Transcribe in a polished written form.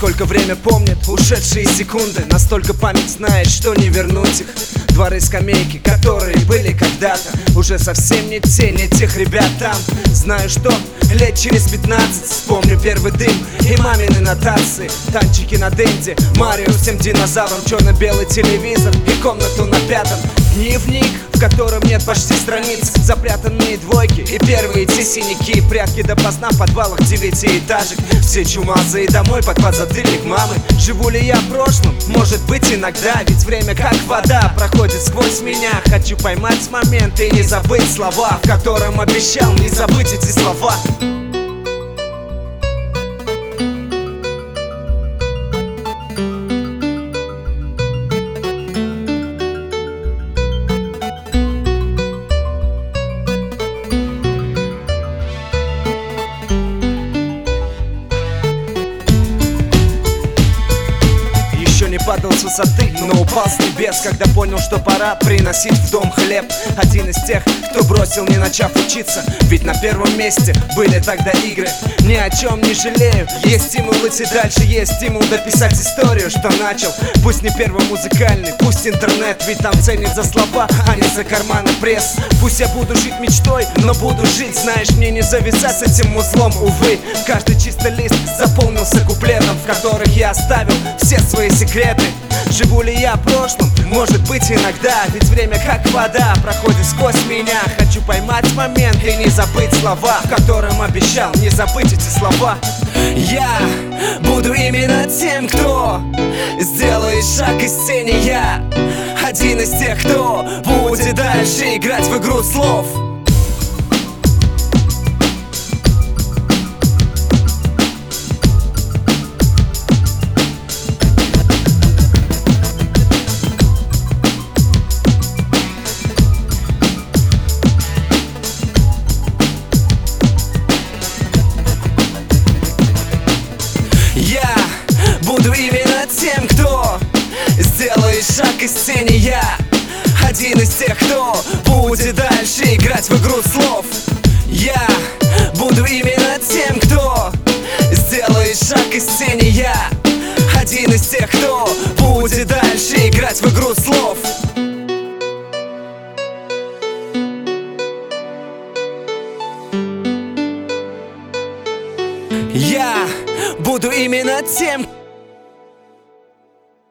Насколько время помнит ушедшие секунды, настолько память знает, что не вернуть их. Дворы, скамейки, которые были когда-то, уже совсем не те, не тех ребят там. Знаю, что лет через 15 вспомню первый дым и мамины нотации. Танчики на денде, Марио всем динозаврам, черно-белый телевизор и комнату на пятом. Дневник, в котором нет почти страниц, запрятанные двойки и первые те синяки. Прятки допоздна в подвалах девятиэтажек, все чумазые домой под подзатыльник мамы. Живу ли я в прошлом? Может быть иногда, ведь время как вода проходит сквозь меня. Хочу поймать момент и не забыть слова, в котором обещал не забыть эти слова. Не падал с высоты, но упал с небес, когда понял, что пора приносить в дом хлеб. Один из тех, кто бросил, не начав учиться, ведь на первом месте были тогда игры. Ни о чем не жалею, есть стимул идти дальше, есть стимул дописать историю, что начал. Пусть не первый музыкальный, пусть интернет, ведь там ценят за слова, а не за карманы пресс. Пусть я буду жить мечтой, но буду жить, знаешь, мне не завязать с этим узлом, увы. Каждый чистый лист заполнился куплетом, в которых я оставил все свои секреты. Живу ли я в прошлом? Может быть иногда, ведь время как вода проходит сквозь меня. Хочу поймать момент и не забыть слова, в котором обещал не забыть эти слова. Я буду именно тем, кто сделает шаг из тени. Я один из тех, кто будет дальше играть в игру слов. Я буду именно тем, кто сделает шаг из тени. Я один из тех, кто будет дальше играть в игру слов. Я буду именно тем, кто сделает шаг из тени. Я один из тех, кто будет дальше играть в игру слов. Я буду именно тем,